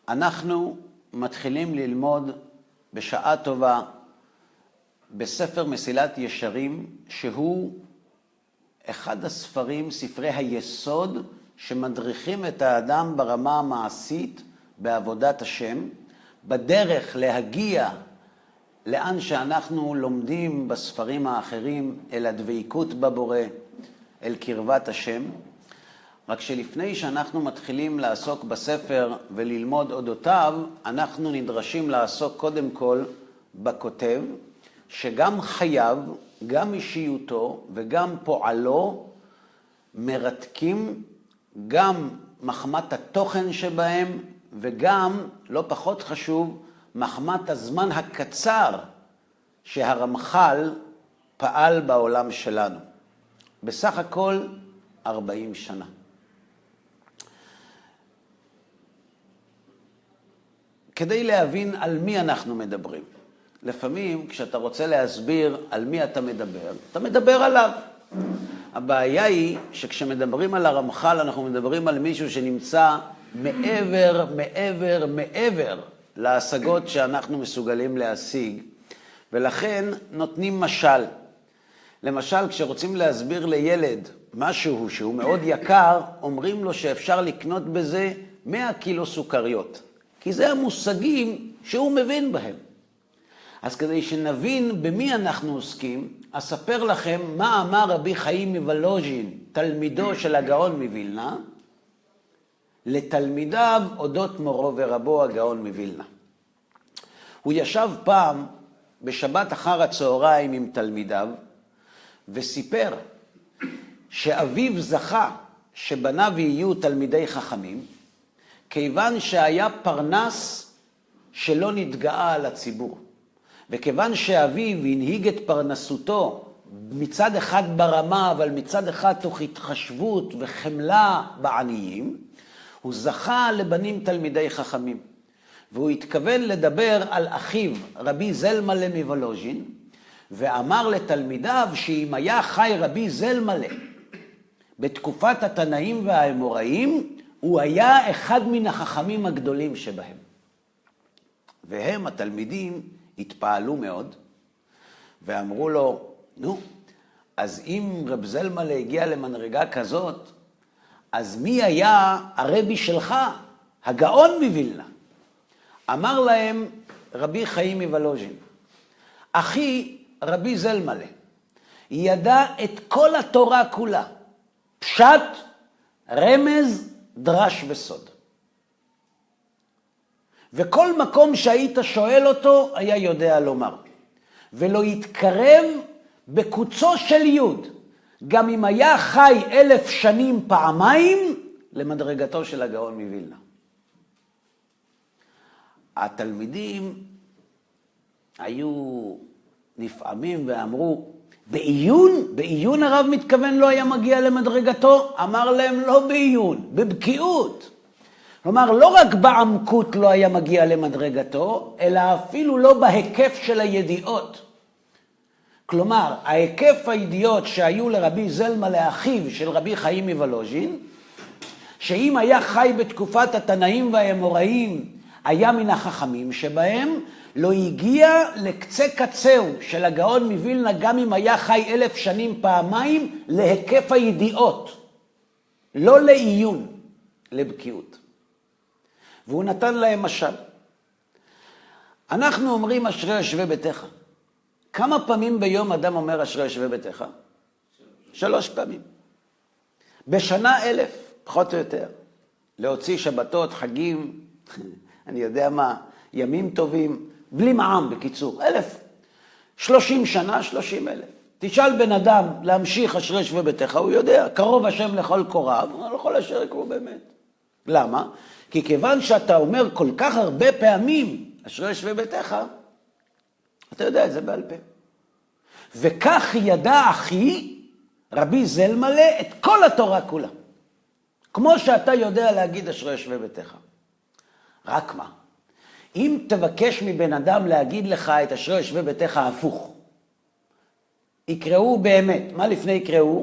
אנחנו מתחילים ללמוד בשעה טובה בספר מסילת ישרים, שהוא אחד הספרים, ספרי היסוד, שמדריכים את האדם ברמה המעשית בעבודת השם, בדרך להגיע לאן שאנחנו לומדים בספרים האחרים, אל הדבקות בבורא, אל קרבת השם. רק שלפני שאנחנו מתחילים לעסוק בספר וללמוד אודותיו, אנחנו נדרשים לעסוק קודם כל בכותב, שגם חייו, גם אישיותו וגם פועלו מרתקים, גם מחמת התוכן שבהם וגם, לא פחות חשוב, מחמת הזמן הקצר שהרמח"ל פעל בעולם שלנו. בסך הכל 40 שנה. כדי להבין על מי אנחנו מדברים. לפעמים כשאתה רוצה להסביר על מי אתה מדבר עליו. הבעיה היא שכשמדברים על הרמח"ל אנחנו מדברים על מישהו שנמצא מעבר להשגות שאנחנו מסוגלים להשיג, ולכן נותנים משל. למשל, כשרוצים להסביר לילד משהו שהוא מאוד יקר, אומרים לו שאפשר לקנות בזה 100 קילו סוכריות, כי זה המושגים שהוא מבין בהם. אז כדי שנבין במי אנחנו עוסקים, אספר לכם מה אמר רבי חיים מוולוז'ין, תלמידו של הגאון מווילנה, לתלמידיו אודות מורו ורבו הגאון מווילנה. הוא ישב פעם בשבת אחר הצהריים עם תלמידיו, וסיפר שאביו זכה שבניו יהיו תלמידי חכמים, כיוון שהיה פרנס שלא נתגאה על הציבור. וכיוון שאביו הנהיג את פרנסותו מצד אחד ברמה, אבל מצד אחד תוך התחשבות וחמלה בעניים, הוא זכה לבנים תלמידי חכמים. והוא התכוון לדבר על אחיו, רבי זלמלה מוולוז'ין, ואמר לתלמידיו שאם היה חי רבי זלמלה בתקופת התנאים והאמוראים, הוא היה אחד מן החכמים הגדולים שבהם. והם, התלמידים, התפעלו מאוד, ואמרו לו, נו, אז אם רב זלמלה הגיע למנרגה כזאת, אז מי היה הרבי שלך, הגאון מווילנה? אמר להם רבי חיים מוולוז'ין, אחי רבי זלמלה ידע את כל התורה כולה, פשט, רמז, דרש וסוד. וכל מקום שהיית שואל אותו היה יודע לומר, ולא יתקרב בקוצו של יוד, גם אם היה חי 1000 שנים פעמיים, למדרגתו של הגאון מווילנה. התלמידים היו נפעמים ואמרו, בעיון הרב מתכוון לא היה מגיע למדרגתו? אמר להם לא בעיון, בבקיאות. כלומר, לא רק בעמקות לא היה מגיע למדרגתו, אלא אפילו לא בהיקף של הידיעות. כלומר, ההיקף הידיעות שהיו לרבי זלמלה אחיו של רבי חיים מוולוז'ין, שאם היה חי בתקופת התנאים והאמוראים, היה מן החכמים שבהם, לא הגיע לקצה קצהו של הגאון מווילנה, גם אם היה חי 1000 שנים פעמיים, להיקף הידיעות, לא לעיון, לבקיאות. והוא נתן להם משל. אנחנו אומרים אשרי יושבי ביתך. כמה פעמים ביום אדם אומר אשרי יושבי ביתך? 3 פעמים. בשנה 1000, פחות או יותר. להוציא שבתות, חגים, אני יודע מה, ימים טובים, בלי מע"מ בקיצור, 1000. 30 שנה, 30,000. תשאל בן אדם להמשיך אשרי יושבי ביתך, הוא יודע, קרוב השם לכל קוריו, הוא לא יכול אשר יקרו באמת. למה? כי כיוון שאתה אומר כל כך הרבה פעמים אשרי יושבי ביתך, אתה יודע את זה בעל פה. וכך ידע אחי רבי זלמלה את כל התורה כולה. כמו שאתה יודע להגיד אשרי יושבי ביתך. רק מה? אם תבקש מבן אדם להגיד לך את אשרי יושבי ביתך הפוך, יקראו באמת. מה לפני יקראו?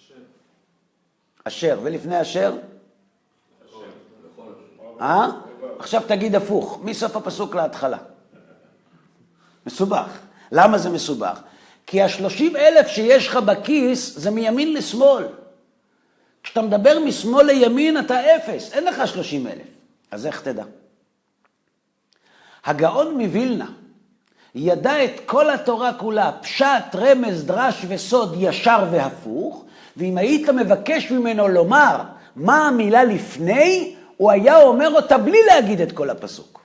אשר. ולפני אשר? עכשיו תגיד הפוך, מסוף הפסוק להתחלה. מסובך. למה זה מסובך? כי 30,000 שיש לך בכיס זה מימין לשמאל. כשאתה מדבר משמאל לימין אתה 0, אין לך 30,000. אז איך תדע? הגאון מווילנה ידע את כל התורה כולה, פשט, רמז, דרש וסוד, ישר והפוך, ואם היית מבקש ממנו לומר מה המילה לפני, הוא היה אומר אותה בלי להגיד את כל הפסוק.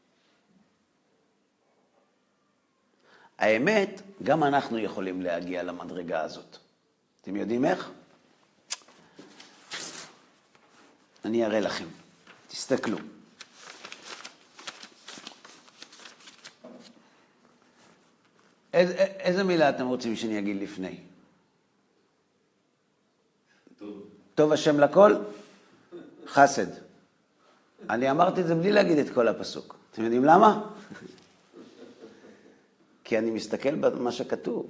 האמת, גם אנחנו יכולים להגיע למדרגה הזאת. אתם יודעים איך? אני אראה לכם. תסתכלו. איזה מילה אתם רוצים שאני אגיד לפני? טוב השם לכל? חסד. אני אמרתי את זה בלי להגיד את כל הפסוק. אתם יודעים למה? כי אני מסתכל במה שכתוב.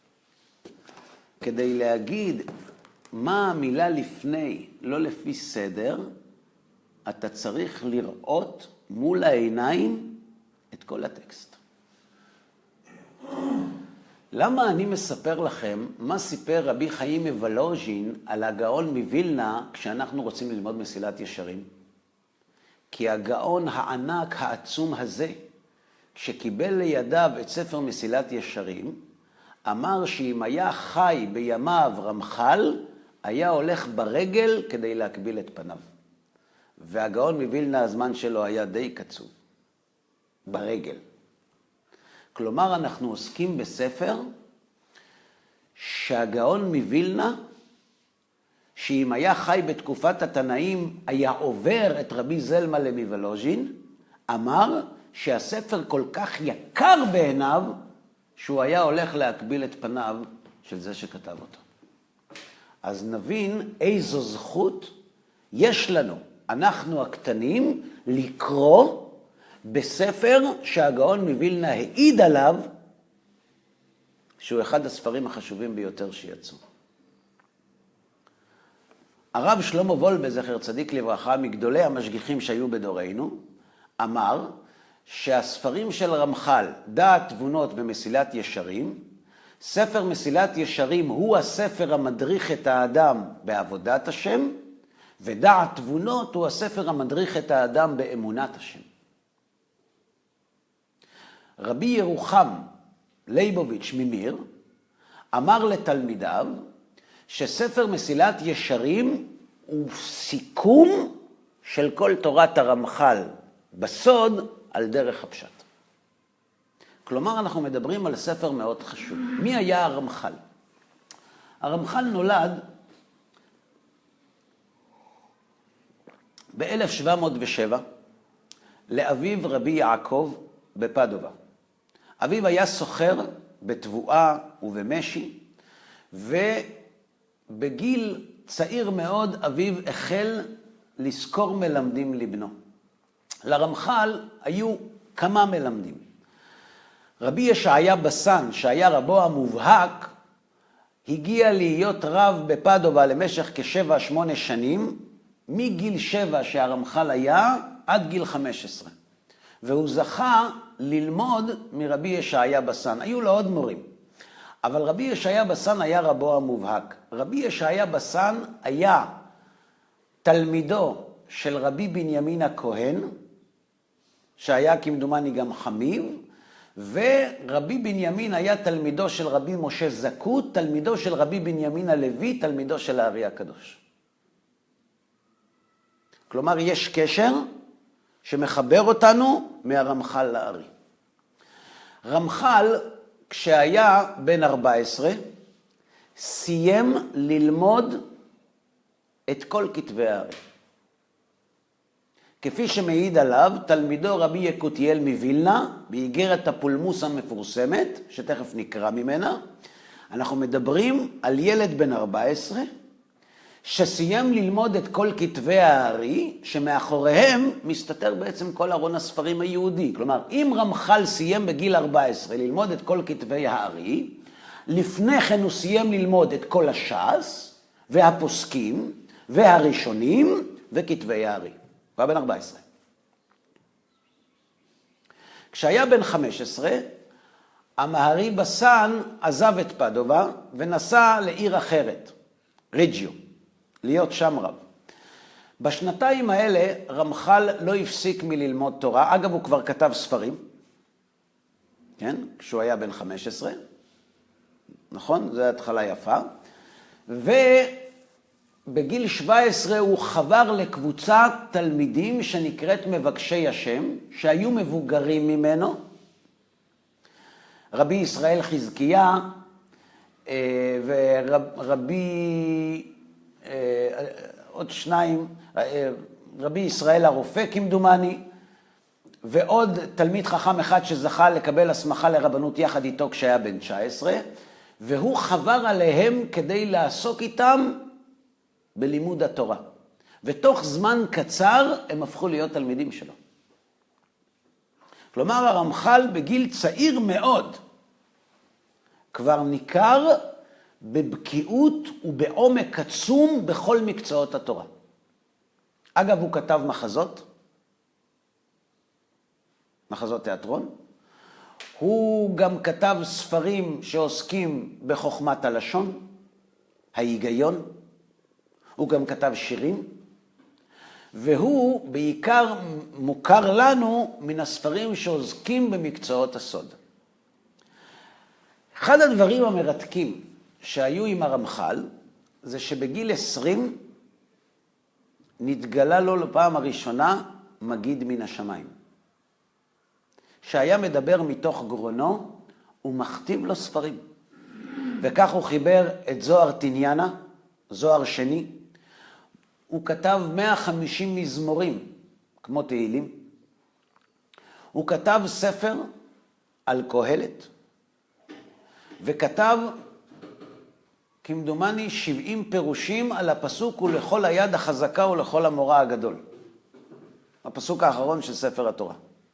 כדי להגיד מה המילה לפני, לא לפי סדר, אתה צריך לראות מול העיניים את כל הטקסט. למה אני מספר לכם מה סיפר רבי חיים מוולוז'ין על הגאון מווילנה כשאנחנו רוצים ללמוד מסילת ישרים? כי הגאון הענק העצום הזה, כשקיבל לידיו את ספר מסילת ישרים, אמר שאם היה חי בימיו רמח"ל, היה הולך ברגל כדי להקביל את פניו. והגאון מווילנה הזמן שלו היה די קצוב. ברגל. כלומר, אנחנו עוסקים בספר שהגאון מווילנה, שאם היה חי בתקופת התנאים, היה עובר את רבי זלמן מוולוז'ין, אמר שהספר כל כך יקר בעיניו, שהוא היה הולך להקביל את פניו של זה שכתב אותו. אז נבין איזו זכות יש לנו, אנחנו הקטנים, לקרוא בספר שהגאון מווילנה העיד עליו, שהוא אחד הספרים החשובים ביותר שיצאו. הרב שלמה וולבה, זכר צדיק לברכה, מגדולי המשגיחים שהיו בדורנו, אמר שהספרים של רמח"ל, דעת תבונות ומסילת ישרים, ספר מסילת ישרים הוא הספר המדריך את האדם בעבודת השם, ודעת תבונות הוא הספר המדריך את האדם באמונת השם. רבי ירוחם ליבוביץ' ממיר אמר לתלמידיו שספר מסילת ישרים הוא סיכום של כל תורת הרמח"ל בסוד על דרך הפשט. כלומר, אנחנו מדברים על ספר מאוד חשוב. מי היה הרמח"ל? הרמח"ל נולד ב-1707 לאביו רבי יעקב בפדובה. אביו היה סוחר בתבואה ובמשי, ובגיל צעיר מאוד אביו החל לשכור מלמדים לבנו. לרמח"ל היו כמה מלמדים. רבי ישעיה בסן, שהיה רבו המובהק, הגיע להיות רב בפדובה למשך כ7-8 שנים, מגיל 7 שהרמח"ל היה עד גיל 15. והוא זכה ללמוד מרבי ישעיה בסן. היו לו עוד מורים. אבל רבי ישעיה בסן היה רבו המובהק. רבי ישעיה בסן היה תלמידו של רבי בנימין הכהן, שהיה כמדומני גם חמיב, ורבי בנימין היה תלמידו של רבי משה זקות, תלמידו של רבי בנימין הלוי, תלמידו של הארי הקדוש. כלומר, יש קשר שמחבר אותנו מהרמח"ל לארי. רמח"ל, כשהיה בן 14, סיים ללמוד את כל כתבי הארי. כפי שמעיד עליו תלמידו רבי יקותיאל מווילנה, באיגרת הפולמוס המפורסמת, שתכף נקרא ממנה. אנחנו מדברים על ילד בן 14, שסיים ללמוד את כל כתבי הארי, שמאחוריהם מסתתר בעצם כל ארון הספרים היהודי. כלומר, אם רמח"ל סיים בגיל 14 ללמוד את כל כתבי הארי, לפני כן הוא סיים ללמוד את כל הש"ס, והפוסקים, והראשונים, וכתבי הארי. הוא היה בן 14. כשהיה בן 15, המהרי בסן עזב את פדובה ונסע לעיר אחרת, ריג'יו, להיות שם רב. בשנתיים האלה רמח"ל לא הפסיק מללמוד תורה. אגב, הוא כבר כתב ספרים, כן? כשהוא היה בן 15, נכון? זו התחלה יפה. ובגיל 17 הוא חבר לקבוצת תלמידים שנקראת מבקשי השם, שהיו מבוגרים ממנו. רבי ישראל חזקיה ורבי עוד שניים, רבי ישראל הרופא כמדומני, ועוד תלמיד חכם אחד שזכה לקבל הסמכה לרבנות יחד איתו כשהיה בן 19, והוא חבר עליהם כדי לעסוק איתם בלימוד התורה. ותוך זמן קצר הם הפכו להיות תלמידים שלו. כלומר, הרמח"ל בגיל צעיר מאוד כבר ניכר בבקיאות ובעומק עצום בכל מקצועות התורה. אגב, הוא כתב מחזות תיאטרון. הוא גם כתב ספרים שעוסקים בחוכמת הלשון, ההיגיון. הוא גם כתב שירים. והוא בעיקר מוכר לנו מן הספרים שעוסקים במקצועות הסוד. אחד הדברים המרתקים שהיו עם הרמח"ל, זה שבגיל 20 נתגלה לו לפעם הראשונה מגיד מן השמיים. שהיה מדבר מתוך גרונו ומכתיב לו ספרים. וכך הוא חיבר את זוהר תניאנה, זוהר שני. הוא כתב 150 מזמורים, כמו תהילים. הוא כתב ספר על קהלת, וכתב כמדומני 70 פירושים על הפסוק ולכל היד החזקה ולכל המורא הגדול. הפסוק האחרון של ספר התורה.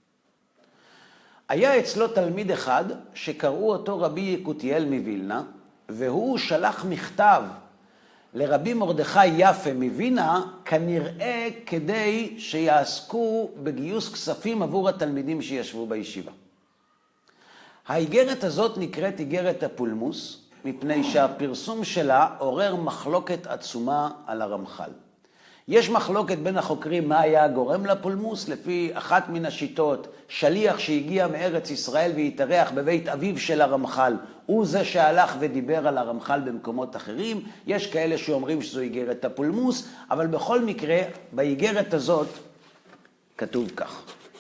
היה אצלו תלמיד אחד שקראו אותו רבי יקותיאל מווילנה, והוא שלח מכתב לרבי מרדכי יפה מווינה, כנראה כדי שיעסקו בגיוס כספים עבור התלמידים שישבו בישיבה. האיגרת הזאת נקראת איגרת הפולמוס, מפני שהפרסום שלה עורר מחלוקת עצומה על הרמח"ל. יש מחלוקת בין החוקרים מה היה הגורם לפולמוס. לפי אחת מן השיטות, שליח שהגיע מארץ ישראל והתארח בבית אביו של הרמח"ל, הוא זה שהלך ודיבר על הרמח"ל במקומות אחרים. יש כאלה שאומרים שזו איגרת הפולמוס, אבל בכל מקרה, באיגרת הזאת כתוב כך.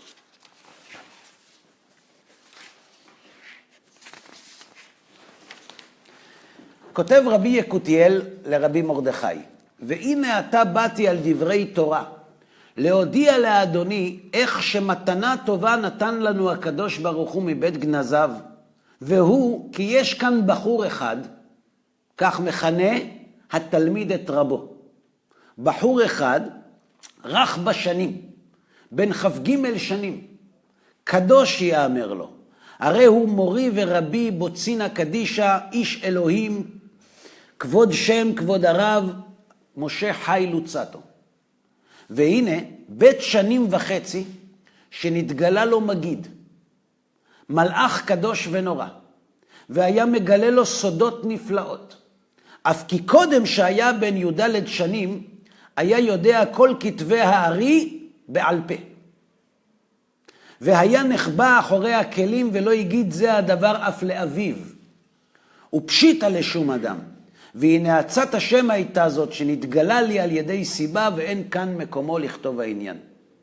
כותב רבי יקותיאל לרבי מרדכי, והנה אתה באתי על דברי תורה, להודיע לאדוני איך שמתנה טובה נתן לנו הקדוש ברוך הוא מבית גנזיו, והוא כי יש כאן בחור אחד, כך מכנה התלמיד את רבו. בחור אחד רך בשנים, בן כ"ג שנים, קדוש יאמר לו, הרי הוא מורי ורבי בוצינה קדישה, איש אלוהים, כבוד שם, כבוד הרב, משה חי לוצטו. והנה, בית שנים וחצי, שנתגלה לו מגיד, מלאך קדוש ונורא, והיה מגלה לו סודות נפלאות. אף כי קודם שהיה בן י"ד שנים, היה יודע כל כתבי הארי בעל פה. והיה נחבא אחורי הכלים ולא יגיד זה הדבר אף לאביו. ופשיטה לשום אדם. והנה עצת השם הייתה זאת שנתגלה לי על ידי סיבה ואין כאן מקומו לכתוב העניין.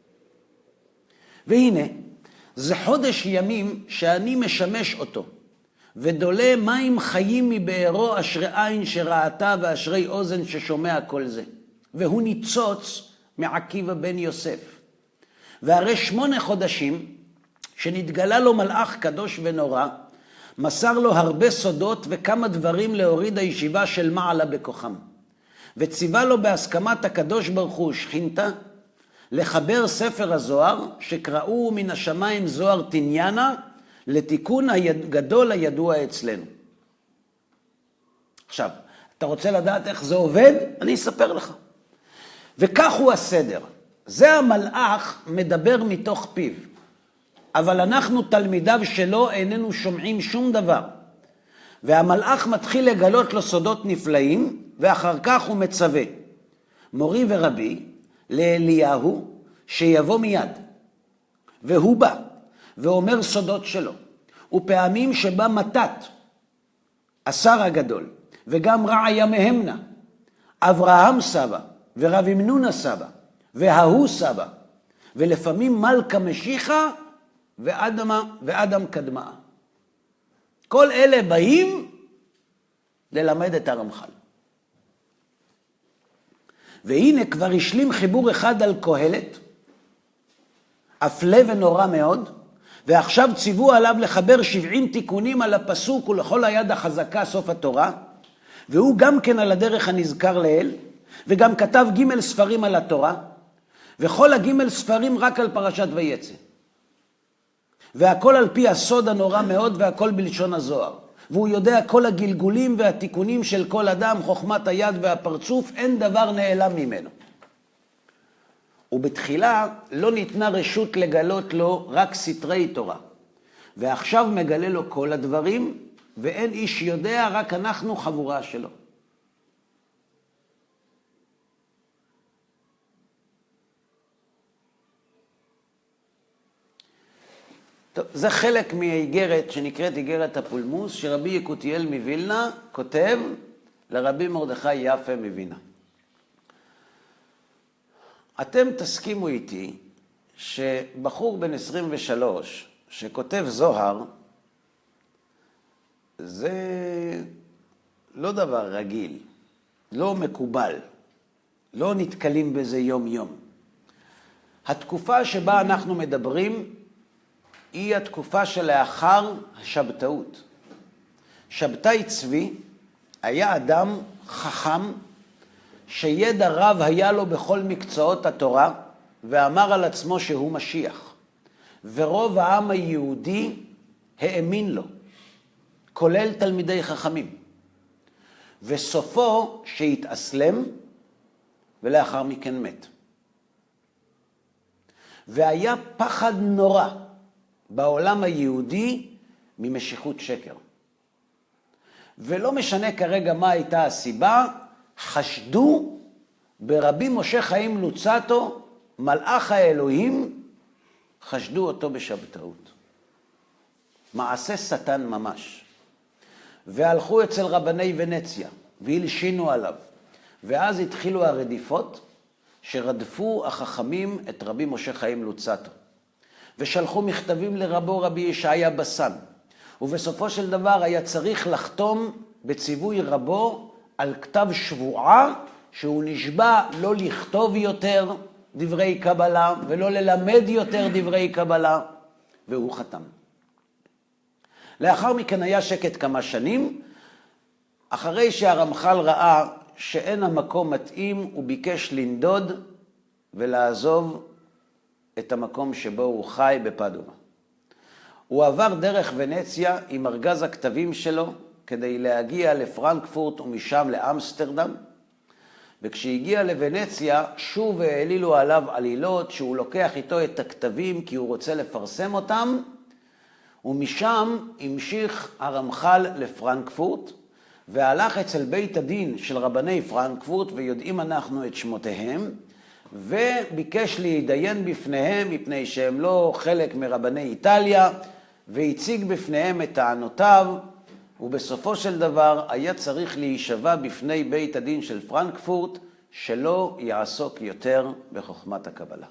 והנה, זה חודש ימים שאני משמש אותו, ודולה מים חיים מבארו אשרי עין שראתה ואשרי אוזן ששומע כל זה. והוא ניצוץ מעקיבא בן יוסף. והרי 8 חודשים שנתגלה לו מלאך קדוש ונורא, מסר לו הרבה סודות וכמה דברים להוריד הישיבה של מעלה בכוחם. וציווה לו בהסכמת הקדוש ברוך הוא שכינתה, לחבר ספר הזוהר שקראו מן השמיים זוהר תניאנה, לתיקון הגדול הידוע אצלנו. עכשיו, אתה רוצה לדעת איך זה עובד? אני אספר לך. וכך הוא הסדר. זה המלאך מדבר מתוך פיו. אבל אנחנו תלמידיו שלו איננו שומעים שום דבר. והמלאך מתחיל לגלות לו סודות נפלאים, ואחר כך הוא מצווה, מורי ורבי, לאליהו, שיבוא מיד. והוא בא, ואומר סודות שלו. ופעמים שבא מתת, השר הגדול, וגם רעיה מהמנה, אברהם סבא, ורב אמנונה סבא, וההוא סבא, ולפעמים מלכה משיחה, ואדם קדמה. כל אלה באים ללמד את הרמח"ל. והנה כבר השלים חיבור אחד על קהלת, אפלה ונורא מאוד, ועכשיו ציוו עליו לחבר 70 תיקונים על הפסוק ולכל היד החזקה סוף התורה, והוא גם כן על הדרך הנזכר לאל, וגם כתב ג' ספרים על התורה, וכל הג' ספרים רק על פרשת ויצא. והכל על פי הסוד הנורא מאוד, והכל בלשון הזוהר. והוא יודע כל הגלגולים והתיקונים של כל אדם, חוכמת היד והפרצוף, אין דבר נעלם ממנו. ובתחילה לא ניתנה רשות לגלות לו רק סתרי תורה. ועכשיו מגלה לו כל הדברים, ואין איש יודע, רק אנחנו חבורה שלו. טוב, זה חלק מהאיגרת שנקראת איגרת הפולמוס, שרבי יקותיאל מווילנה כותב לרבי מרדכי יפה מווינה. אתם תסכימו איתי שבחור בן 23 שכותב זוהר, זה לא דבר רגיל, לא מקובל, לא נתקלים בזה יום יום. התקופה שבה אנחנו מדברים היא התקופה שלאחר השבתאות. שבתאי צבי היה אדם חכם שידע רב היה לו בכל מקצועות התורה, ואמר על עצמו שהוא משיח. ורוב העם היהודי האמין לו, כולל תלמידי חכמים. וסופו שהתאסלם ולאחר מכן מת. והיה פחד נורא בעולם היהודי ממשיכות שקר. ולא משנה כרגע מה הייתה הסיבה, חשדו ברבי משה חיים לוצאטו, מלאך האלוהים, חשדו אותו בשבתאות. מעשה שטן ממש. והלכו אצל רבני ונציה, והלשינו עליו. ואז התחילו הרדיפות, שרדפו החכמים את רבי משה חיים לוצאטו. ושלחו מכתבים לרבו רבי ישעיה בסן. ובסופו של דבר היה צריך לחתום בציווי רבו על כתב שבועה, שהוא נשבע לא לכתוב יותר דברי קבלה, ולא ללמד יותר דברי קבלה, והוא חתם. לאחר מכן היה שקט כמה שנים, אחרי שהרמח"ל ראה שאין המקום מתאים, הוא ביקש לנדוד ולעזוב את המקום שבו הוא חי בפדובה. הוא עבר דרך ונציה עם ארגז הכתבים שלו כדי להגיע לפרנקפורט ומשם לאמסטרדם, וכשהגיע לוונציה שוב העלילו עליו עלילות שהוא לוקח איתו את הכתבים כי הוא רוצה לפרסם אותם, ומשם המשיך הרמח"ל לפרנקפורט והלך אצל בית הדין של רבני פרנקפורט, ויודעים אנחנו את שמותיהם, וביקש להידיין בפניהם מפני שהם לא חלק מרבני איטליה, והציג בפניהם את טענותיו, ובסופו של דבר היה צריך להישבע בפני בית הדין של פרנקפורט שלא יעסוק יותר בחוכמת הקבלה.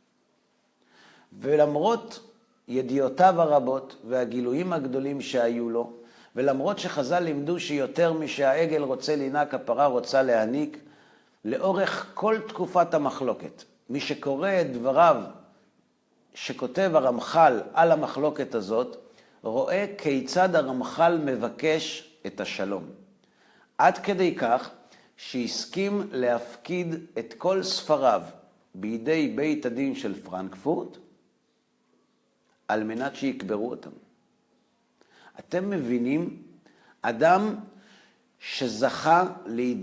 ולמרות ידיעותיו הרבות והגילויים הגדולים שהיו לו, ולמרות שחז"ל לימדו שיותר משהעגל רוצה לינק הפרה רוצה להניק, לאורך כל תקופת המחלוקת, מי שקורא את דבריו שכותב הרמח"ל על המחלוקת הזאת, רואה כיצד הרמח"ל מבקש את השלום. עד כדי כך שהסכים להפקיד את כל ספריו בידי בית הדין של פרנקפורט, על מנת שיקברו אותם. אתם מבינים? אדם שזכה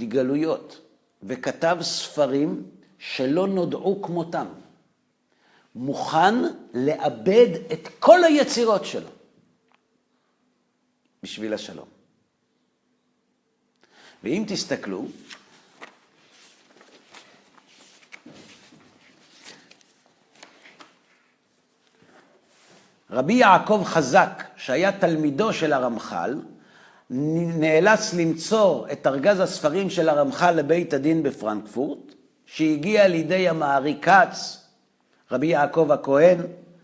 להתגלויות וכתב ספרים שלא נודעו כמותם. מוכן לאבד את כל היצירות שלו בשביל השלום. ואם תסתכלו, רבי יעקב חזק, שהיה תלמידו של הרמח"ל, נאלץ למצוא את ארגז הספרים של הרמח"ל לבית הדין בפרנקפורט, שהגיע לידי המעריק כץ, רבי יעקב הכהן,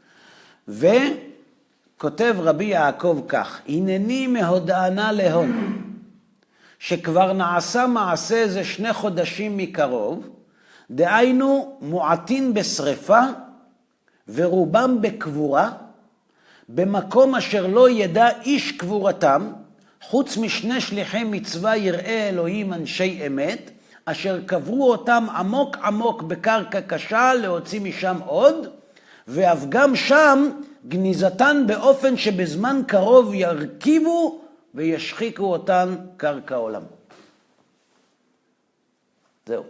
וכותב רבי יעקב כך: הנני מהודענה להון, שכבר נעשה מעשה זה 2 חודשים מקרוב, דהיינו מועטין בשריפה ורובם בקבורה, במקום אשר לא ידע איש קבורתם, חוץ משני שליחי מצווה יראי אלוהים אנשי אמת, אשר קברו אותם עמוק עמוק בקרקע קשה להוציא משם עוד, ואף גם שם גניזתן באופן שבזמן קרוב ירכיבו וישחיקו אותן קרקע עולם. זהו.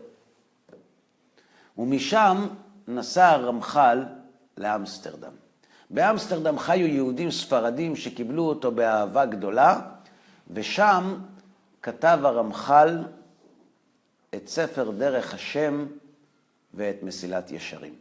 ומשם נסע הרמח"ל לאמסטרדם. באמסטרדם חיו יהודים ספרדים שקיבלו אותו באהבה גדולה, ושם כתב הרמח"ל את ספר דרך השם ואת מסילת ישרים.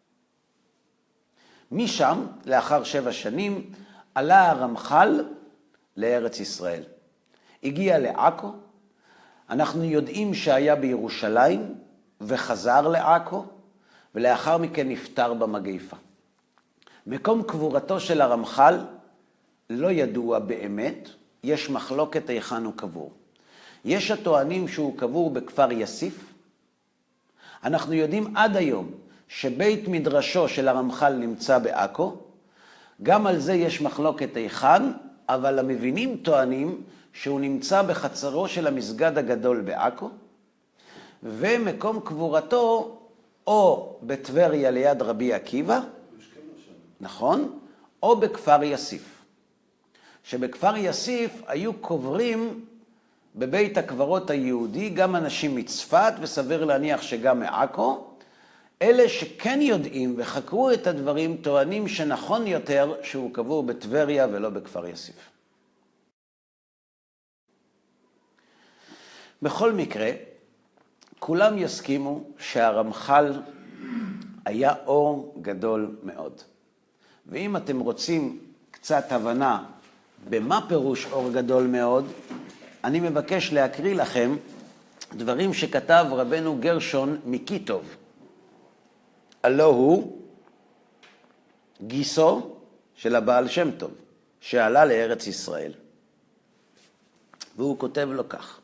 משם, לאחר 7 שנים, עלה הרמח"ל לארץ ישראל. הגיע לעכו, אנחנו יודעים שהיה בירושלים וחזר לעכו, ולאחר מכן נפטר במגפה. מקום קבורתו של הרמח"ל לא ידוע באמת, יש מחלוקת היכן הוא קבור. יש הטוענים שהוא קבור בכפר יסיף. אנחנו יודעים עד היום שבית מדרשו של הרמח"ל נמצא בעכו. גם על זה יש מחלוקת היכן, אבל המבינים טוענים שהוא נמצא בחצרו של המסגד הגדול בעכו, ומקום קבורתו או בטבריה ליד רבי עקיבא, נכון, או בכפר יסיף. שבכפר יסיף היו קוברים בבית הקברות היהודי גם אנשים מצפת, וסביר להניח שגם מעכו. אלה שכן יודעים וחקרו את הדברים טוענים שנכון יותר שהוא קבור בטבריה ולא בכפר יסיף. בכל מקרה, כולם יסכימו שהרמח"ל היה אור גדול מאוד. ואם אתם רוצים קצת הבנה במה פירוש אור גדול מאוד, אני מבקש להקריא לכם דברים שכתב רבנו גרשון מקיטוב. הלא הוא גיסו של הבעל שם טוב, שעלה לארץ ישראל. והוא כותב לו כך: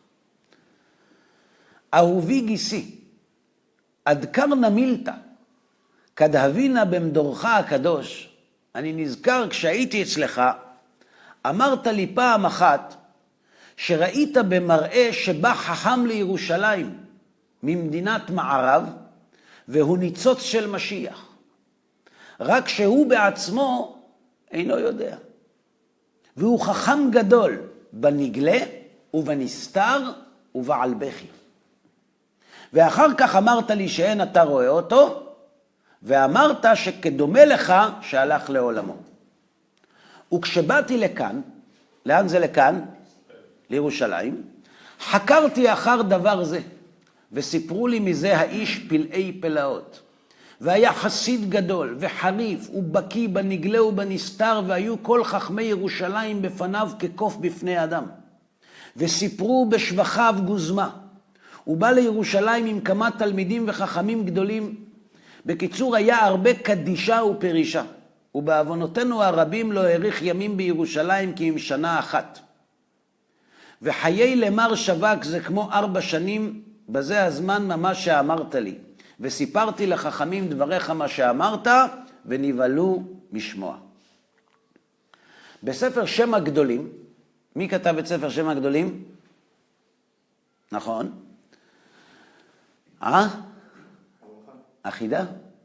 אהובי גיסי, עד קרנה מילתא, כדהבינה במדורך הקדוש, אני נזכר כשהייתי אצלך, אמרת לי פעם אחת, שראית במראה שבא חכם לירושלים ממדינת מערב, והוא ניצוץ של משיח. רק שהוא בעצמו אינו יודע. והוא חכם גדול בנגלה ובנסתר ובעל בכי. ואחר כך אמרת לי שאין אתה רואה אותו, ואמרת שכדומה לך שהלך לעולמו. וכשבאתי לכאן, לאן זה לכאן? לירושלים, חקרתי אחר דבר זה, וסיפרו לי מזה האיש פלאי פלאות. והיה חסיד גדול וחריף ובקי בנגלה ובנסתר, והיו כל חכמי ירושלים בפניו כקוף בפני אדם. וסיפרו בשבחיו גוזמה. הוא בא לירושלים עם כמה תלמידים וחכמים גדולים. בקיצור, היה הרבה קדישה ופרישה. ובעוונותינו הרבים לא האריך ימים בירושלים כי אם שנה אחת. וחיי למר שווק זה כמו 4 שנים, בזה הזמן ממש שאמרת לי. וסיפרתי לחכמים דבריך מה שאמרת, ונבהלו משמוע. בספר שם הגדולים, מי כתב את ספר שם הגדולים? נכון? אחידה?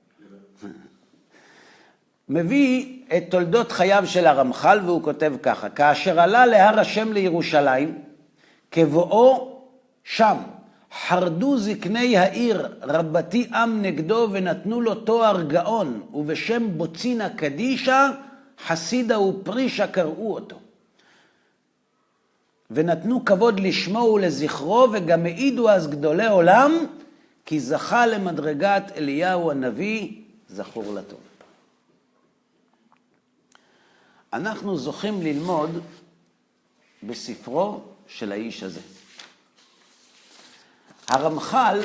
מביא את תולדות חייו של הרמח"ל, והוא כותב ככה: כאשר עלה להר השם לירושלים, כבואו שם חרדו זקני העיר רבתי עם נגדו ונתנו לו תואר גאון, ובשם בוצינה קדישה חסידה ופרישה קראו אותו. ונתנו כבוד לשמו ולזכרו, וגם העידו אז גדולי עולם, כי זכה למדרגת אליהו הנביא, זכור לטוב. אנחנו זוכים ללמוד בספרו של האיש הזה. הרמח"ל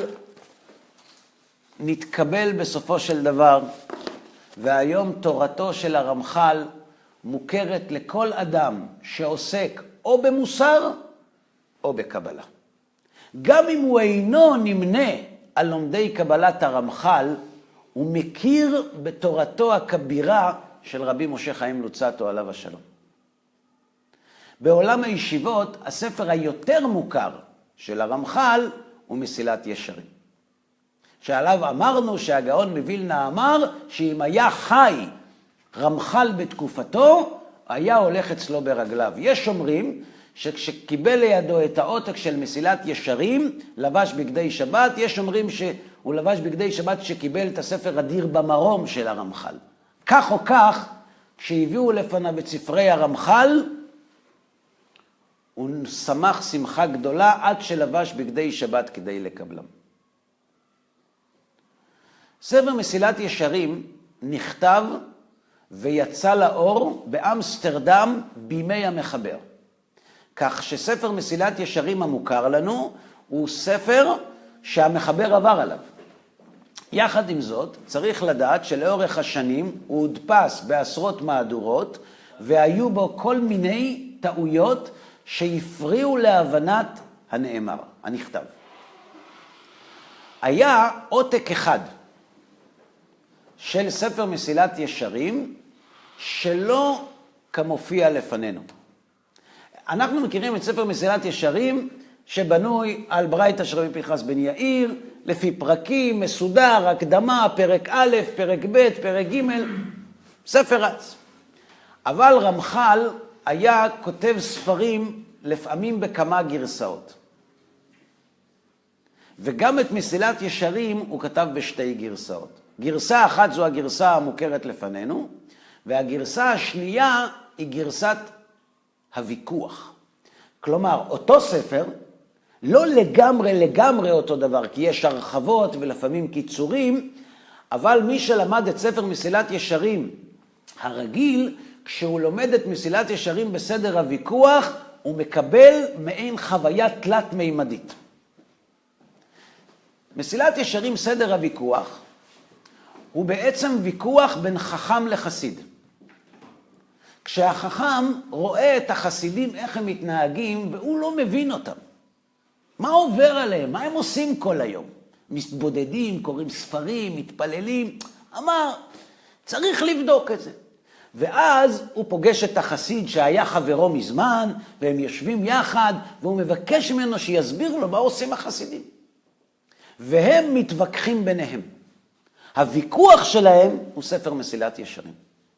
נתקבל בסופו של דבר, והיום תורתו של הרמח"ל מוכרת לכל אדם שעוסק או במוסר או בקבלה. גם אם הוא אינו נמנה על לומדי קבלת הרמח"ל, הוא מכיר בתורתו הכבירה של רבי משה חיים לוצאטו עליו השלום. בעולם הישיבות, הספר היותר מוכר של הרמח"ל הוא מסילת ישרים. שעליו אמרנו שהגאון מווילנה אמר שאם היה חי רמח"ל בתקופתו, היה הולך אצלו ברגליו. יש אומרים שכשקיבל לידו את העותק של מסילת ישרים, לבש בגדי שבת. יש אומרים שהוא לבש בגדי שבת שקיבל את הספר אדיר במרום של הרמח"ל. כך או כך, כשהביאו לפניו את ספרי הרמח"ל, הוא שמח שמחה גדולה עד שלבש בגדי שבת כדי לקבלם. ספר מסילת ישרים נכתב ויצא לאור באמסטרדם בימי המחבר. כך שספר מסילת ישרים המוכר לנו הוא ספר שהמחבר עבר עליו. יחד עם זאת, צריך לדעת שלאורך השנים הוא הודפס בעשרות מהדורות, והיו בו כל מיני טעויות שהפריעו להבנת הנאמר, הנכתב. היה עותק אחד של ספר מסילת ישרים שלא כמופיע לפנינו. אנחנו מכירים את ספר מסילת ישרים שבנוי על ברייתא של רבי פנחס בן יאיר, לפי פרקים, מסודר, הקדמה, פרק א', פרק ב', פרק ג', ספר רץ. אבל רמח"ל היה כותב ספרים לפעמים בכמה גרסאות. וגם את מסילת ישרים הוא כתב בשתי גרסאות. גרסה אחת זו הגרסה המוכרת לפנינו, והגרסה השנייה היא גרסת הוויכוח. כלומר, אותו ספר, לא לגמרי אותו דבר, כי יש הרחבות ולפעמים קיצורים, אבל מי שלמד את ספר מסילת ישרים הרגיל, כשהוא לומד את מסילת ישרים בסדר הוויכוח, הוא מקבל מעין חוויה תלת מימדית. מסילת ישרים סדר הוויכוח הוא בעצם ויכוח בין חכם לחסיד. כשהחכם רואה את החסידים איך הם מתנהגים והוא לא מבין אותם. מה עובר עליהם? מה הם עושים כל היום? מתבודדים, קוראים ספרים, מתפללים. אמר, צריך לבדוק את זה. ואז הוא פוגש את החסיד שהיה חברו מזמן, והם יושבים יחד, והוא מבקש ממנו שיסביר לו מה עושים החסידים. והם מתווכחים ביניהם. הוויכוח שלהם הוא ספר מסילת ישרים.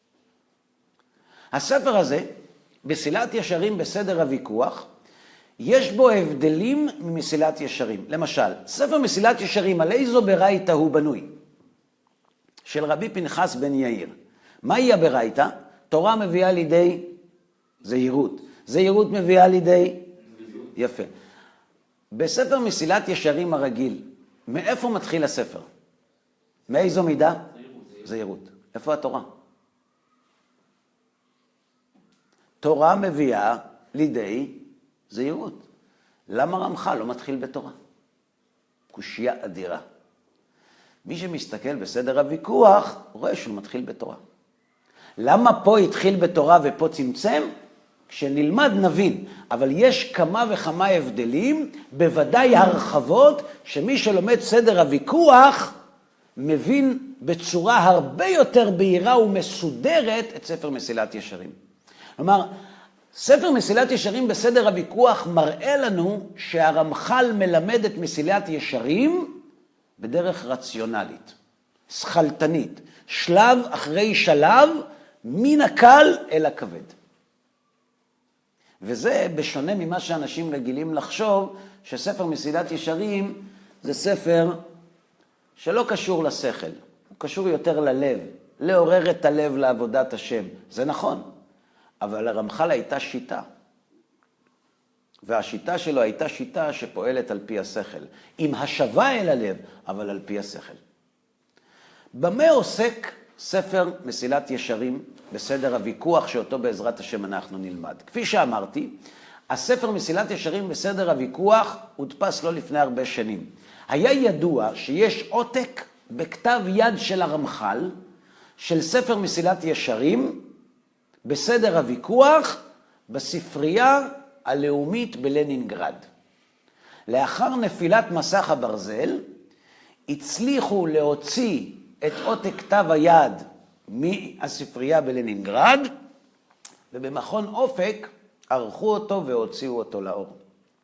הספר הזה, מסילת ישרים בסדר הוויכוח, יש בו הבדלים ממסילת ישרים. למשל, ספר מסילת ישרים, על איזו ברייתא הוא בנוי? של רבי פנחס בן יאיר. מהי הברייתא? תורה מביאה לידי זהירות. זהירות מביאה לידי יפה. בספר מסילת ישרים הרגיל, מאיפה מתחיל הספר? מאיזו מידה? זהירות. איפה התורה? תורה מביאה לידי זהירות. למה רמח"ל לא מתחיל בתורה? קושיה אדירה. מי שמסתכל בסדר הוויכוח, רואה שהוא מתחיל בתורה. למה פה התחיל בתורה ופה צמצם? כשנלמד נבין, אבל יש כמה וכמה הבדלים, בוודאי הרחבות, שמי שלומד סדר הוויכוח, מבין בצורה הרבה יותר בהירה ומסודרת את ספר מסילת ישרים. כלומר, ספר מסילת ישרים בסדר הוויכוח מראה לנו שהרמח"ל מלמד את מסילת ישרים בדרך רציונלית, שכלתנית, שלב אחרי שלב, מן הקל אל הכבד. וזה בשונה ממה שאנשים רגילים לחשוב, שספר מסילת ישרים זה ספר שלא קשור לשכל, הוא קשור יותר ללב, לעורר את הלב לעבודת השם. זה נכון, אבל לרמח"ל הייתה שיטה. והשיטה שלו הייתה שיטה שפועלת על פי השכל, עם השבה אל הלב, אבל על פי השכל. במה עוסק ספר מסילת ישרים בסדר הוויכוח שאותו בעזרת השם אנחנו נלמד? כפי שאמרתי, הספר מסילת ישרים בסדר הוויכוח הודפס לא לפני הרבה שנים. היה ידוע שיש עותק בכתב יד של הרמח"ל, של ספר מסילת ישרים, בסדר הוויכוח, בספרייה הלאומית בלנינגרד. לאחר נפילת מסך הברזל, הצליחו להוציא את עותק כתב היד מהספרייה בלנינגרד, ובמכון אופק ערכו אותו והוציאו אותו לאור.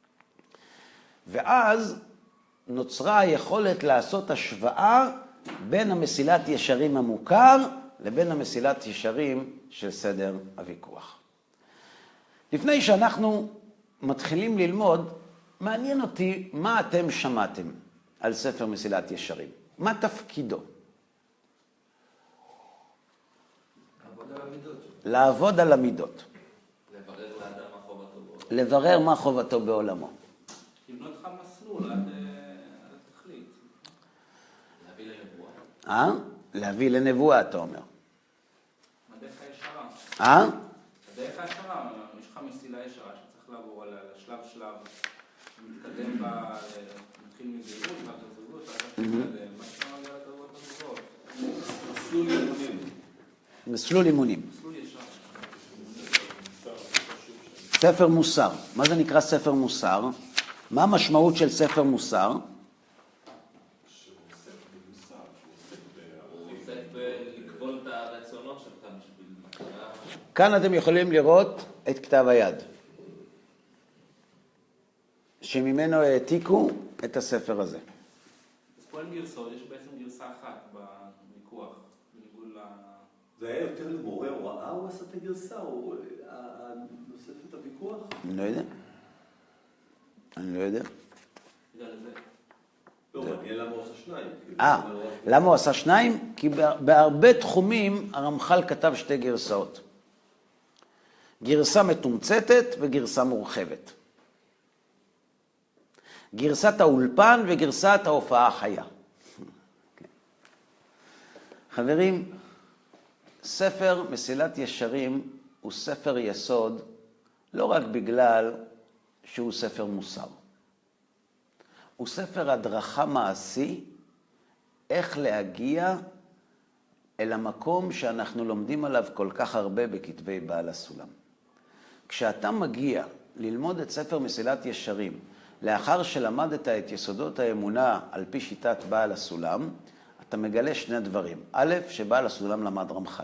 ואז נוצרה היכולת לעשות השוואה בין המסילת ישרים המוכר לבין המסילת ישרים של סדר הוויכוח. לפני שאנחנו מתחילים ללמוד, מעניין אותי מה אתם שמעתם על ספר מסילת ישרים. מה תפקידו? לעבוד על המידות. לברר לאדם מה חובתו בעולמו. לברר מה חובתו בעולמו. לבנות לך מסלול עד התכלית. להביא לנבואה. להביא לנבואה, אתה אומר. הדרך הישרה. הדרך הישרה, יש לך מסילה ישרה שצריך לעבור על שלב, שמתקדם בה, מתחיל מזהירות, מהתזוגות, מה שאתה מגיע לדרגות הזוגות. מסלול אימונים. מסלול אימונים. מסלול ישר. ספר מוסר. מה זה נקרא ספר מוסר? מה המשמעות של ספר מוסר? הוא עוסק בלקבול את הרצונות שלך בשביל... כאן אתם יכולים לראות את כתב היד, שממנו העתיקו את הספר הזה. אז פה אין גרסאות, יש בעצם גרסה אחת בוויכוח, בניגוד ל... זה היה יותר למורה הוראה, הוא עשה את הגרסה, או נוספת הוויכוח? אני לא יודע. בגלל זה. לא, מעניין למה הוא עשה שניים. למה הוא עשה שניים? כי בהרבה תחומים הרמח"ל כתב שתי גרסאות. גרסה מתומצתת וגרסה מורחבת. גרסת האולפן וגרסת ההופעה החיה. חברים, ספר מסילת ישרים הוא ספר יסוד לא רק בגלל שהוא ספר מוסר. הוא ספר הדרכה מעשי איך להגיע אל המקום שאנחנו לומדים עליו כל כך הרבה בכתבי בעל הסולם. כשאתה מגיע ללמוד את ספר מסילת ישרים, לאחר שלמדת את יסודות האמונה על פי שיטת בעל הסולם, אתה מגלה שני דברים. א', שבעל הסולם למד רמח"ל.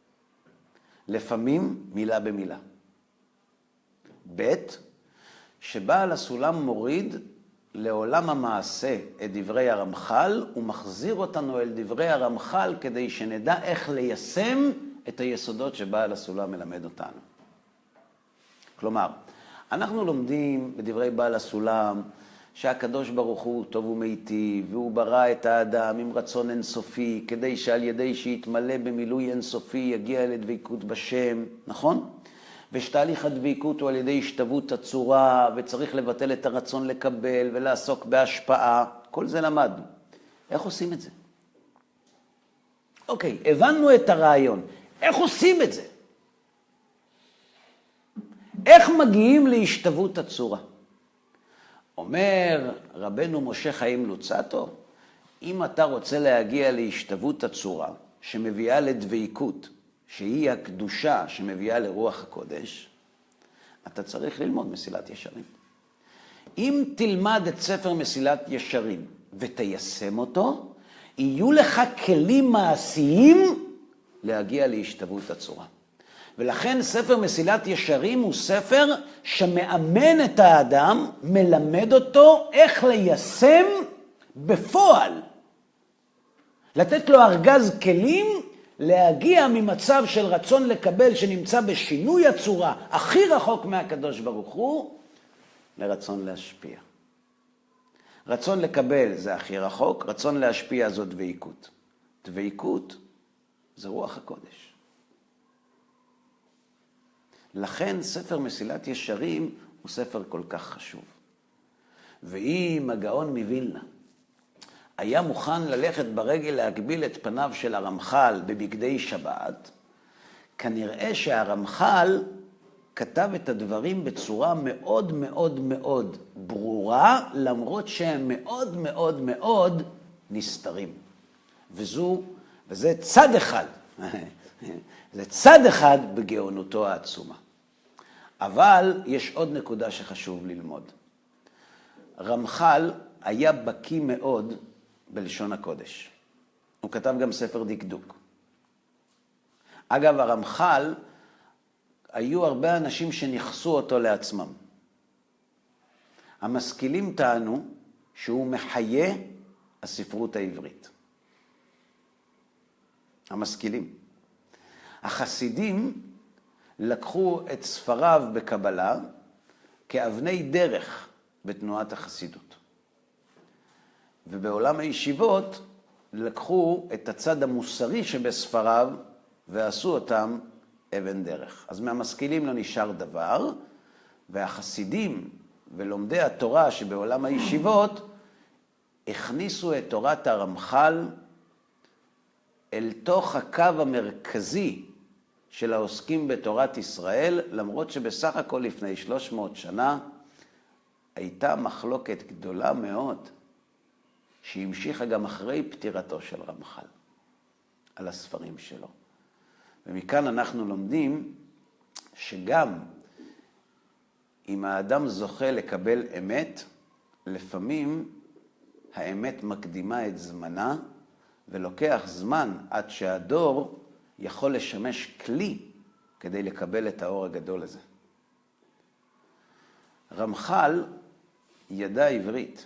לפעמים מילה במילה. ב', שבעל הסולם מוריד לעולם המעשה את דברי הרמח"ל, ומחזיר אותנו אל דברי הרמח"ל כדי שנדע איך ליישם את היסודות שבעל הסולם מלמד אותנו. כלומר, אנחנו לומדים בדברי בעל הסולם שהקדוש ברוך הוא טוב ומיטיב, והוא ברא את האדם עם רצון אינסופי, כדי שעל ידי שיתמלא במילוי אינסופי יגיע לדבקות בשם, נכון? ושתהליך הדבקות הוא על ידי השתוות הצורה, וצריך לבטל את הרצון לקבל ולעסוק בהשפעה. כל זה למדנו. איך עושים את זה? אוקיי, הבנו את הרעיון. איך עושים את זה? איך מגיעים להשתוות הצורה? אומר רבנו משה חיים לוצאטו, אם אתה רוצה להגיע להשתוות הצורה שמביאה לדבקות, שהיא הקדושה שמביאה לרוח הקודש, אתה צריך ללמוד מסילת ישרים. אם תלמד את ספר מסילת ישרים ותיישם אותו, יהיו לך כלים מעשיים להגיע להשתוות הצורה. ולכן ספר מסילת ישרים הוא ספר שמאמן את האדם, מלמד אותו איך ליישם בפועל. לתת לו ארגז כלים להגיע ממצב של רצון לקבל שנמצא בשינוי הצורה הכי רחוק מהקדוש ברוך הוא, לרצון להשפיע. רצון לקבל זה הכי רחוק, רצון להשפיע זו דבקות. דבקות זה רוח הקודש. לכן ספר מסילת ישרים הוא ספר כל כך חשוב. ואם הגאון מווילנה היה מוכן ללכת ברגל להגביל את פניו של הרמח"ל בבגדי שבת, כנראה שהרמח"ל כתב את הדברים בצורה מאוד מאוד מאוד ברורה, למרות שהם מאוד מאוד מאוד נסתרים. וזה צד אחד, זה צד אחד בגאונותו העצומה. אבל יש עוד נקודה שחשוב ללמוד. רמח"ל היה בקיא מאוד בלשון הקודש. הוא כתב גם ספר דקדוק. אגב, הרמח"ל, היו הרבה אנשים שנכסו אותו לעצמם. המשכילים טענו שהוא מחיה הספרות העברית. המשכילים. החסידים לקחו את ספריו בקבלה כאבני דרך בתנועת החסידות. ובעולם הישיבות לקחו את הצד המוסרי שבספריו ועשו אותם אבן דרך. אז מהמשכילים לא נשאר דבר, והחסידים ולומדי התורה שבעולם הישיבות הכניסו את תורת הרמח"ל אל תוך הקו המרכזי של העוסקים בתורת ישראל, למרות שבסך הכל לפני 300 שנה הייתה מחלוקת גדולה מאוד, שהמשיכה גם אחרי פטירתו של רמח"ל, על הספרים שלו. ומכאן אנחנו לומדים שגם אם האדם זוכה לקבל אמת, לפעמים האמת מקדימה את זמנה, ולוקח זמן עד שהדור יכול לשמש כלי כדי לקבל את האור הגדול הזה. רמח"ל ידע עברית,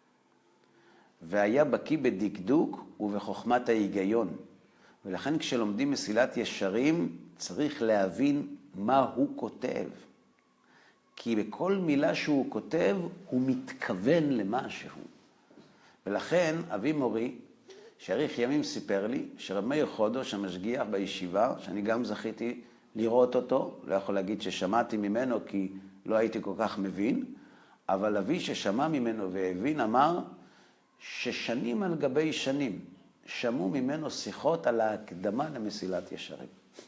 והיה בקיא בדקדוק ובחוכמת ההיגיון. ולכן כשלומדים מסילת ישרים צריך להבין מה הוא כותב. כי בכל מילה שהוא כותב הוא מתכוון למשהו. ולכן אבי מורי, שאריך ימים סיפר לי, שרב מאיר חודש המשגיח בישיבה, שאני גם זכיתי לראות אותו, לא יכול להגיד ששמעתי ממנו כי לא הייתי כל כך מבין, אבל אבי ששמע ממנו והבין אמר ששנים על גבי שנים שמעו ממנו שיחות על ההקדמה למסילת ישרים.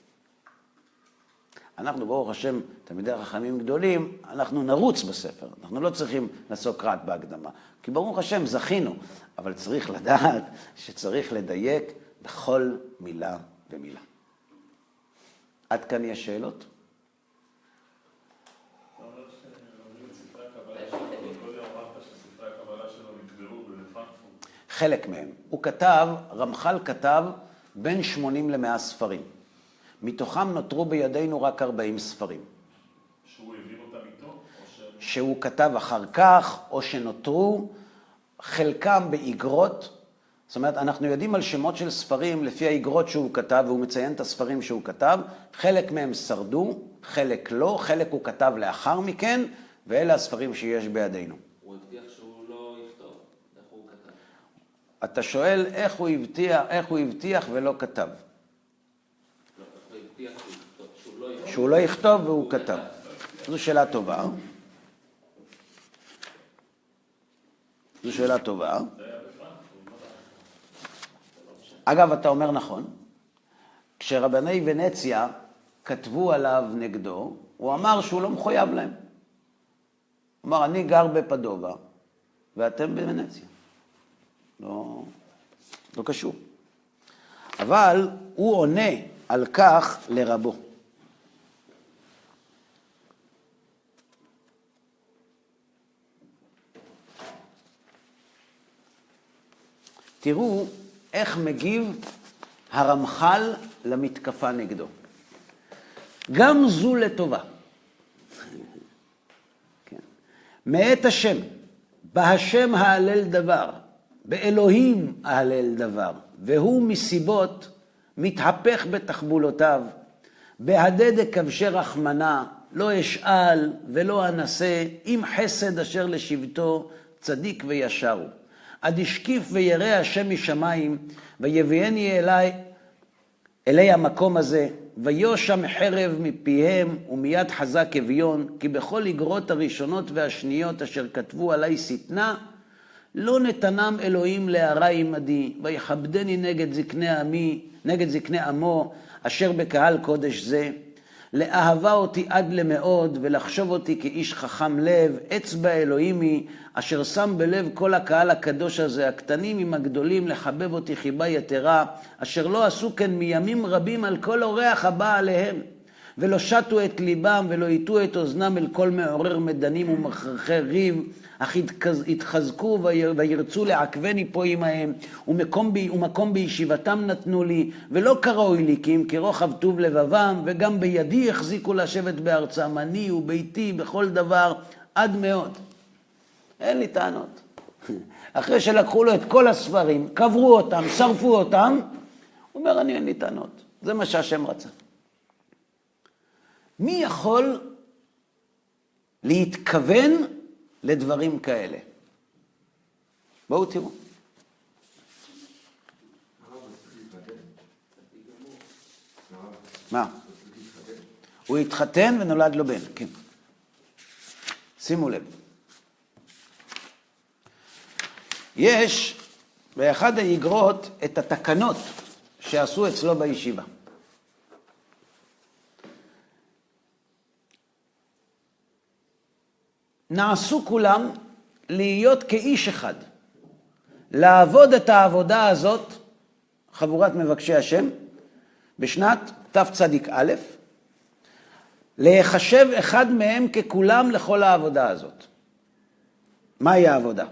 אנחנו ברוך השם, תלמידי חכמים גדולים, אנחנו נרוץ בספר, אנחנו לא צריכים לעסוק רק בהקדמה, כי ברוך השם זכינו, אבל צריך לדעת שצריך לדייק בכל מילה ומילה. עד כאן יש שאלות? אתה אומר שלומדים את ספרי הקבלה שלו, וכל יום אמרת שספרי הקבלה שלו נקברו בפרנקפורט. חלק מהם. הוא כתב, רמח"ל כתב בין 80 ל-100 ספרים. מתוכם נותרו בידינו רק 40 ספרים. שהוא העביר אותם איתו? שהוא כתב אחר כך, או שנותרו, חלקם באגרות. זאת אומרת, אנחנו יודעים על שמות של ספרים לפי האגרות שהוא כתב, והוא מציין את הספרים שהוא כתב. חלק מהם שרדו, חלק לא, חלק הוא כתב לאחר מכן, ואלה הספרים שיש בידינו. הוא הבטיח שהוא לא יכתוב, איך הוא כתב? אתה שואל איך הוא הבטיח ולא כתב. לא, איך הוא הבטיח שהוא לא יכתוב? שהוא לא יכתוב והוא כתב. זו שאלה טובה. זו שאלה טובה. אגב, אתה אומר נכון. כשרבני ונציה כתבו עליו נגדו, הוא אמר שהוא לא מחויב להם. הוא אמר, אני גר בפדובה, ואתם בוונציה. לא קשור. אבל הוא עונה על כך לרבו. תראו איך מגיב הרמח"ל למתקפה נגדו. גם זו לטובה. כן. מאת השם, בהשם ההלל דבר, באלוהים ההלל דבר, והוא מסיבות מתהפך בתחבולותיו, בהדד כבשי רחמנה, לא אשאל ולא אנסה, עם חסד אשר לשבטו, צדיק וישר הוא. עד השקיף וירא השם משמיים, ויביאני אלי המקום הזה, ויושם חרב מפיהם, ומיד חזק אביון, כי בכל אגרות הראשונות והשניות אשר כתבו עלי שטנה, לא נתנם אלוהים להרע עמדי, ויכבדני נגד זקני עמו, אשר בקהל קודש זה, לאהבה אותי עד למאוד, ולחשוב אותי כאיש חכם לב, אצבע אלוהימי, אשר שם בלב כל הקהל הקדוש הזה, הקטנים עם הגדולים, לחבב אותי חיבה יתרה, אשר לא עשו כן מימים רבים על כל אורח הבא עליהם, ולא שטו את ליבם, ולא יטו את אוזנם אל כל מעורר מדנים ומחרחי ריב, אך התחזקו וירצו לעכבני פה עמהם, ומקום בישיבתם נתנו לי, ולא קראוי לי, כי אם כרוחב טוב לבבם, וגם בידי החזיקו לשבת בארצם, אני וביתי בכל דבר, עד מאוד. אין לי טענות. אחרי שלקחו לו את כל הספרים, קברו אותם, שרפו אותם, הוא אומר, אני אין לי טענות. זה מה שהשם רצה. מי יכול להתכוון לדברים כאלה? בואו תראו. מה? הוא התחתן ונולד לו בן, כן. שימו לב. יש באחד האגרות את התקנות שעשו אצלו בישיבה. נעשו כולם להיות כאיש אחד, לעבוד את העבודה הזאת, חבורת מבקשי השם, בשנת תצ"א, להיחשב אחד מהם ככולם לכל העבודה הזאת. מהי העבודה?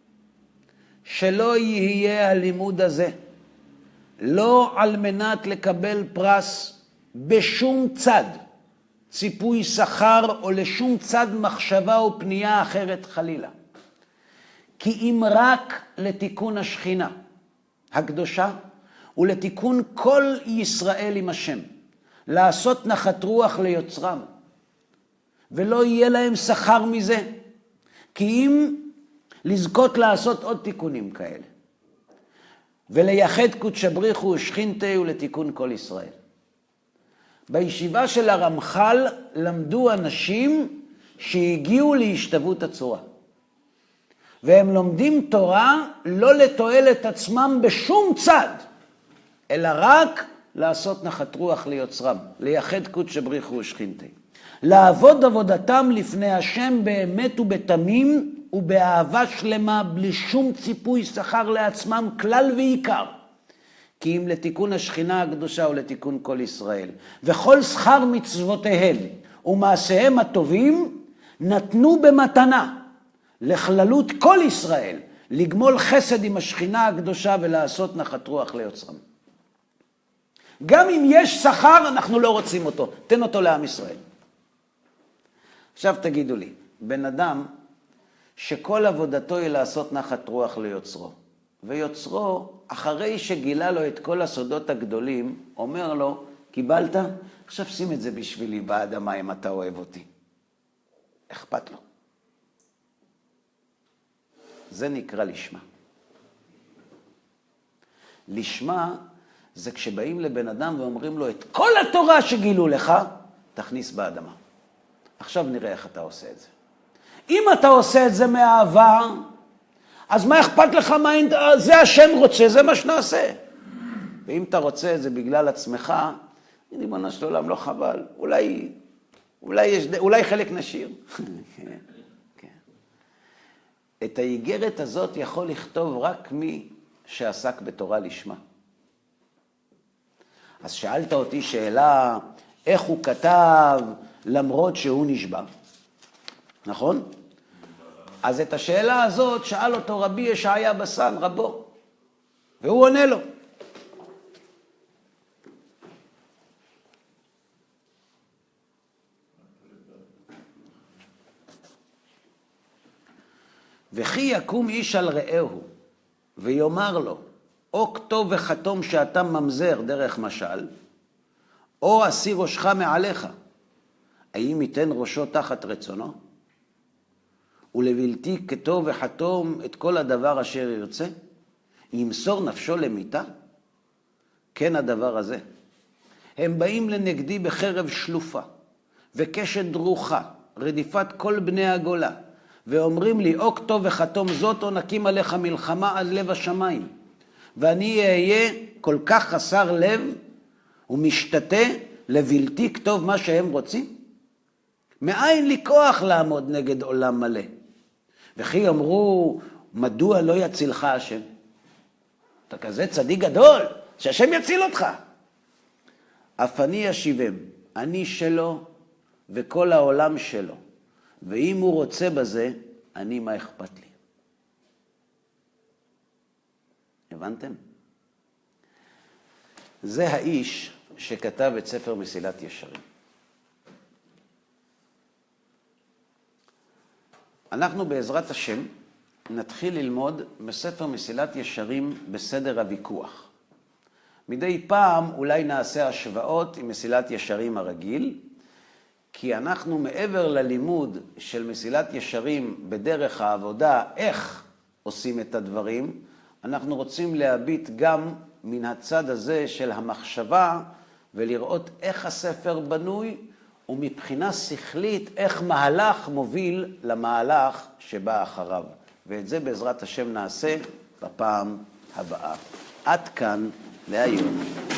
שלא יהיה הלימוד הזה, לא על מנת לקבל פרס בשום צד, ציפוי שכר או לשום צד מחשבה או פנייה אחרת חלילה. כי אם רק לתיקון השכינה הקדושה ולתיקון כל ישראל עם השם, לעשות נחת רוח ליוצרם, ולא יהיה להם שכר מזה, כי אם לזכות לעשות עוד תיקונים כאלה, ולייחד קודש בריחו ושכינתה ולתיקון כל ישראל. בישיבה של הרמח"ל למדו אנשים שהגיעו להשתוות הצורה. והם לומדים תורה לא לתועלת עצמם בשום צד, אלא רק לעשות נחת רוח ליוצרם, לייחד קודש בריחו ושכינתה. לעבוד עבודתם לפני השם באמת ובתמים ובאהבה שלמה, בלי שום ציפוי שכר לעצמם כלל ועיקר. כי אם לתיקון השכינה הקדושה ולתיקון כל ישראל, וכל שכר מצוותיהם ומעשיהם הטובים נתנו במתנה לכללות כל ישראל, לגמול חסד עם השכינה הקדושה ולעשות נחת רוח ליוצרם. גם אם יש שכר, אנחנו לא רוצים אותו, תן אותו לעם ישראל. עכשיו תגידו לי, בן אדם שכל עבודתו היא לעשות נחת רוח ליוצרו, ויוצרו, אחרי שגילה לו את כל הסודות הגדולים, אומר לו, קיבלת? עכשיו שים את זה בשבילי באדמה אם אתה אוהב אותי. אכפת לו. זה נקרא לשמה. לשמה זה כשבאים לבן אדם ואומרים לו את כל התורה שגילו לך, תכניס באדמה. עכשיו נראה איך אתה עושה את זה. אם אתה עושה את זה מאהבה, אז מה אכפת לך? זה השם רוצה, זה מה שנעשה. ואם אתה רוצה את זה בגלל עצמך, ריבונו של עולם, לא חבל. אולי חלק נשאיר. כן. את האיגרת הזאת יכול לכתוב רק מי שעסק בתורה לשמה. אז שאלת אותי שאלה, איך הוא כתב למרות שהוא נשבע? נכון? אז את השאלה הזאת שאל אותו רבי ישעיה בסן, רבו, והוא עונה לו. וכי יקום איש על רעהו ויאמר לו, או כתוב וחתום שאתה ממזר דרך משל, או אסיר ראשך מעליך, האם ייתן ראשו תחת רצונו? ולבלתי כתוב וחתום את כל הדבר אשר ירצה? ימסור נפשו למיתה? כן הדבר הזה. הם באים לנגדי בחרב שלופה, וקשת דרוכה, רדיפת כל בני הגולה, ואומרים לי, או כתוב וחתום זאת, או נקים עליך מלחמה עד לב השמיים. ואני אהיה כל כך חסר לב, ומשתתה לבלתי כתוב מה שהם רוצים? מאין לי כוח לעמוד נגד עולם מלא? וכי אמרו, מדוע לא יצילך השם? אתה כזה צדיק גדול, שהשם יציל אותך. אף אני אשיבם, אני שלו וכל העולם שלו. ואם הוא רוצה בזה, אני מה אכפת לי? הבנתם? זה האיש שכתב את ספר מסילת ישרים. אנחנו בעזרת השם נתחיל ללמוד בספר מסילת ישרים בסדר הוויכוח. מדי פעם אולי נעשה השוואות עם מסילת ישרים הרגיל, כי אנחנו מעבר ללימוד של מסילת ישרים בדרך העבודה, איך עושים את הדברים, אנחנו רוצים להביט גם מן הצד הזה של המחשבה, ולראות איך הספר בנוי, ומבחינה שכלית איך מהלך מוביל למהלך שבא אחריו. ואת זה בעזרת השם נעשה בפעם הבאה. עד כאן להיום.